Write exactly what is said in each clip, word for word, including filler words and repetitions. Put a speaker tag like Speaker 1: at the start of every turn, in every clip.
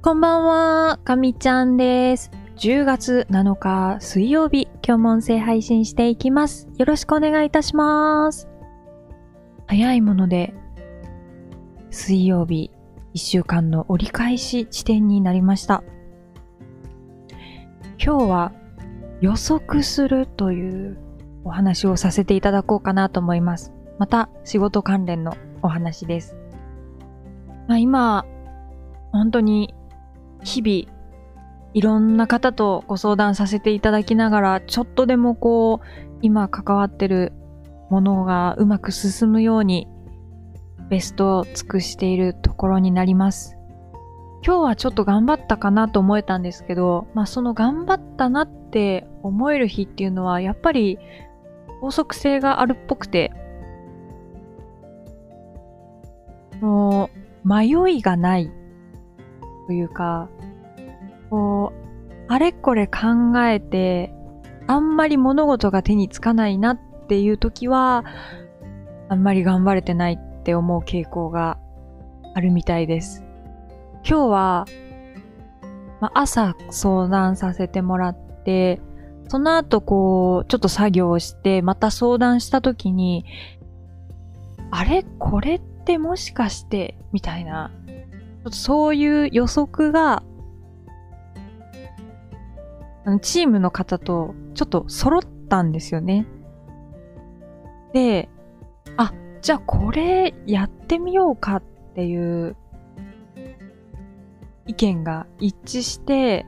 Speaker 1: こんばんは、かみちゃんです。じゅうがつなのか水曜日、今日も音声配信していきます。よろしくお願いいたします。早いもので、水曜日、いっしゅうかんの折り返し地点になりました。今日は予測するというお話をさせていただこうかなと思います。また仕事関連のお話です。まあ、今、本当に日々いろんな方とご相談させていただきながら、ちょっとでもこう今関わってるものがうまく進むようにベストを尽くしているところになります。今日はちょっと頑張ったかなと思えたんですけど、まあその頑張ったなって思える日っていうのはやっぱり法則性があるっぽくて、もう迷いがないというか、こうあれこれ考えてあんまり物事が手につかないなっていう時はあんまり頑張れてないって思う傾向があるみたいです。今日は、まあ、朝相談させてもらって、その後こうちょっと作業をしてまた相談した時に、あれこれってもしかしてみたいな、ちょっとそういう予測がチームの方とちょっと揃ったんですよね。で、あ、じゃあこれやってみようかっていう意見が一致して、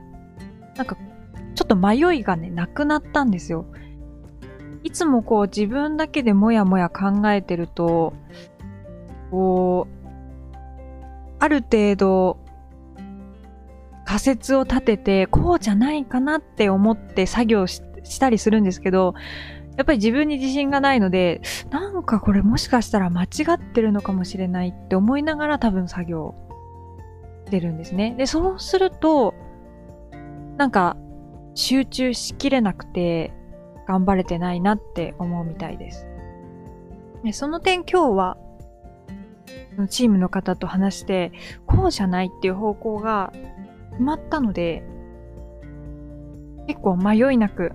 Speaker 1: なんかちょっと迷いがね、なくなったんですよ。いつもこう自分だけでもやもや考えてると、こう、ある程度仮説を立ててこうじゃないかなって思って作業 し, したりするんですけど、やっぱり自分に自信がないので、なんかこれもしかしたら間違ってるのかもしれないって思いながら多分作業してるんですね。で、そうするとなんか集中しきれなくて頑張れてないなって思うみたいです。で、その点今日はチームの方と話して、こうじゃないっていう方向が決まったので、結構迷いなく、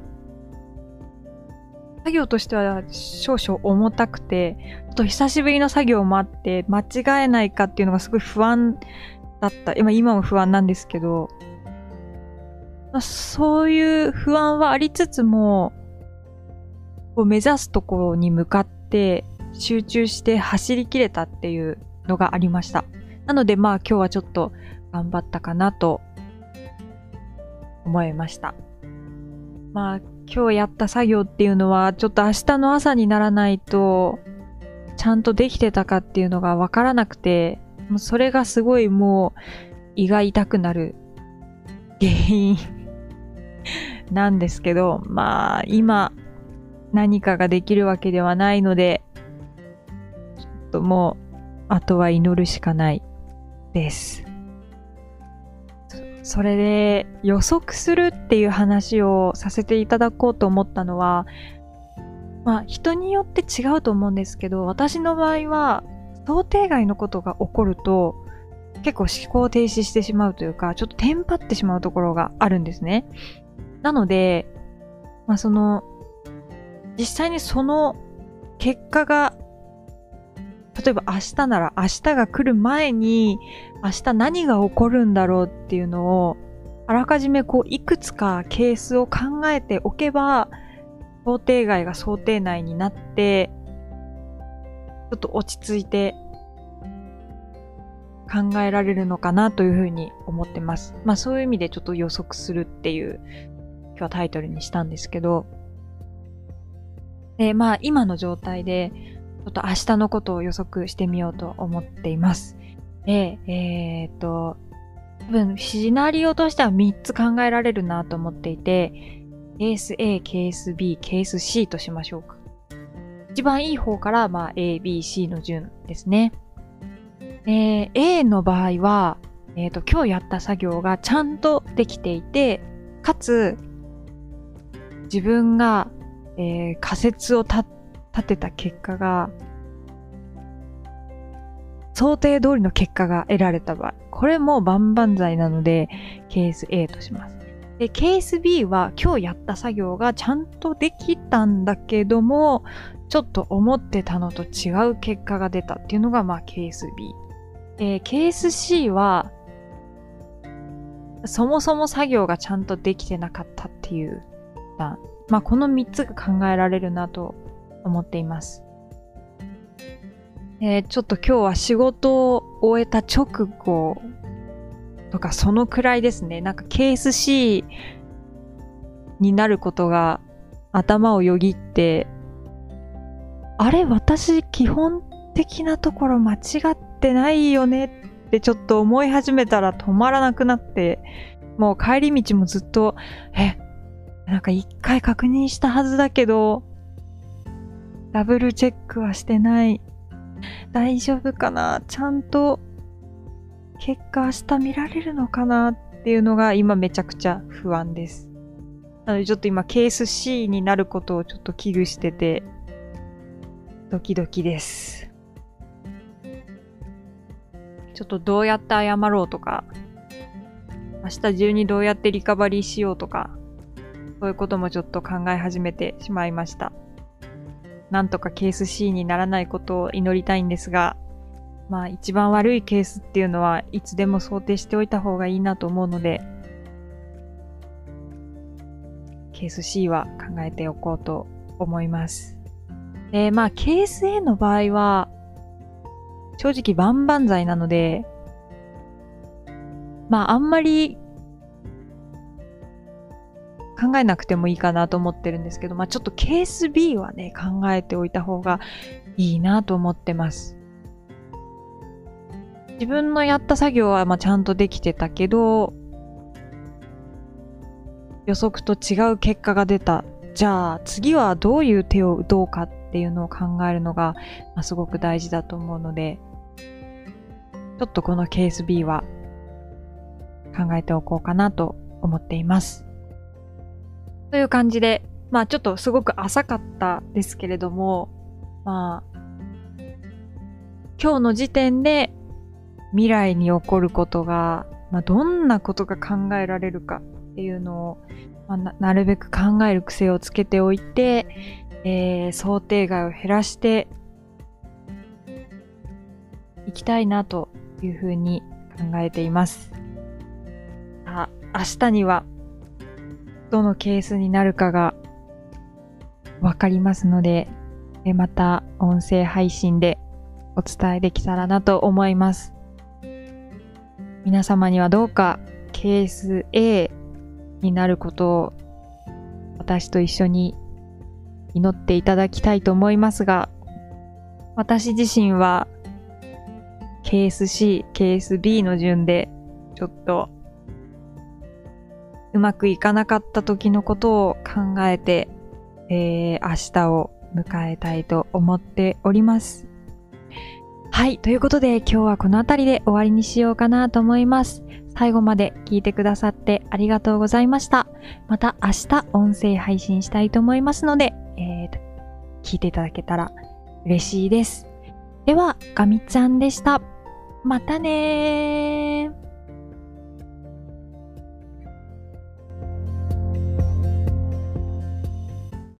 Speaker 1: 作業としては少々重たくて、ちょっと久しぶりの作業もあって間違えないかっていうのがすごい不安だった。今今も不安なんですけど、まあ、そういう不安はありつつも、こう目指すところに向かって集中して走り切れたっていうのがありました。なのでまあ今日はちょっと頑張ったかなと思いました。まあ今日やった作業っていうのはちょっと明日の朝にならないとちゃんとできてたかっていうのがわからなくて、もうそれがすごいもう胃が痛くなる原因なんですけど、まあ今何かができるわけではないので、ちょっともうあとは祈るしかないです。それで予測するっていう話をさせていただこうと思ったのは、まあ人によって違うと思うんですけど、私の場合は想定外のことが起こると結構思考停止してしまうというか、ちょっとテンパってしまうところがあるんですね。なので、まあその実際にその結果が、例えば明日なら明日が来る前に明日何が起こるんだろうっていうのをあらかじめこういくつかケースを考えておけば、想定外が想定内になってちょっと落ち着いて考えられるのかなというふうに思ってます。まあそういう意味でちょっと予測するっていう今日はタイトルにしたんですけど、でまあ今の状態でちょっと明日のことを予測してみようと思っています。で、えー、っと、多分シナリオとしてはみっつ考えられるなと思っていて、ケース A、ケース B、ケース C としましょうか。一番いい方から、まあ、A、B、C の順ですね。えー、A の場合は、えー、っと、今日やった作業がちゃんとできていて、かつ、自分が、えー、仮説を立立てた結果が想定通りの結果が得られた場合、これも万々歳なので、ケース A とします。で、ケース B は今日やった作業がちゃんとできたんだけども、ちょっと思ってたのと違う結果が出たっていうのが、まあ、ケース B。で、ケース C は、そもそも作業がちゃんとできてなかったっていう。まあ、このみっつが考えられるなと思っています。えー、ちょっと今日は仕事を終えた直後とかそのくらいですね。なんかケース C になることが頭をよぎって、あれ私基本的なところ間違ってないよねってちょっと思い始めたら止まらなくなって、もう帰り道もずっと、え、なんか一回確認したはずだけど、ダブルチェックはしてない。大丈夫かな？ちゃんと結果明日見られるのかなっていうのが今めちゃくちゃ不安です。なのでちょっと今ケース C になることをちょっと危惧してて、ドキドキです。ちょっとどうやって謝ろうとか、明日中にどうやってリカバリーしようとか、そういうこともちょっと考え始めてしまいました。なんとかケース C にならないことを祈りたいんですが、まあ一番悪いケースっていうのはいつでも想定しておいた方がいいなと思うので、ケース C は考えておこうと思います。で、まあケース A の場合は、正直万々歳なので、まああんまり考えなくてもいいかなと思ってるんですけど、まあちょっとケース B はね、考えておいた方がいいなと思ってます。自分のやった作業はまあちゃんとできてたけど、予測と違う結果が出た。じゃあ次はどういう手を打とうかっていうのを考えるのが、まあ、すごく大事だと思うので、ちょっとこのケース B は考えておこうかなと思っています。という感じで、まあちょっとすごく浅かったですけれども、まあ今日の時点で未来に起こることが、まあ、どんなことが考えられるかっていうのを、まあ、な, なるべく考える癖をつけておいて、えー、想定外を減らしていきたいなというふうに考えています。あ、明日にはどのケースになるかがわかりますので、また音声配信でお伝えできたらなと思います。皆様にはどうかケース A になることを私と一緒に祈っていただきたいと思いますが、私自身はケース C、ケース B の順でちょっとうまくいかなかった時のことを考えて、えー、明日を迎えたいと思っております。はい。ということで今日はこの辺りで終わりにしようかなと思います。最後まで聞いてくださってありがとうございました。また明日音声配信したいと思いますので、えー、聞いていただけたら嬉しいです。では、ガミちゃんでした。またねー。